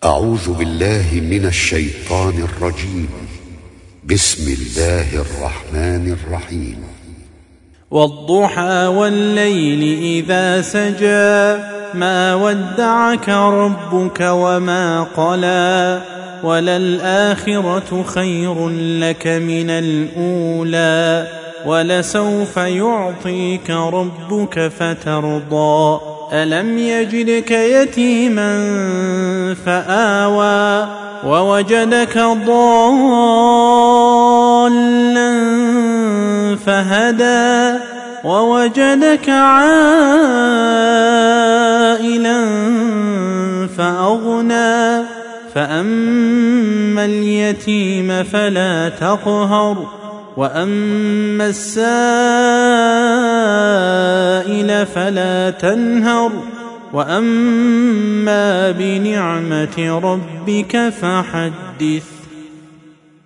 أعوذ بالله من الشيطان الرجيم. بسم الله الرحمن الرحيم. والضحى والليل إذا سجى ما ودعك ربك وما قلى وللآخرة خير لك من الأولى ولسوف يعطيك ربك فترضى ألم يجدك يتيما فآوى ووجدك ضالا فهدى ووجدك عائلا فأغنى فأما اليتيم فلا تقهر وأما السائل فلا تنهر وأما بنعمة ربك فحدث.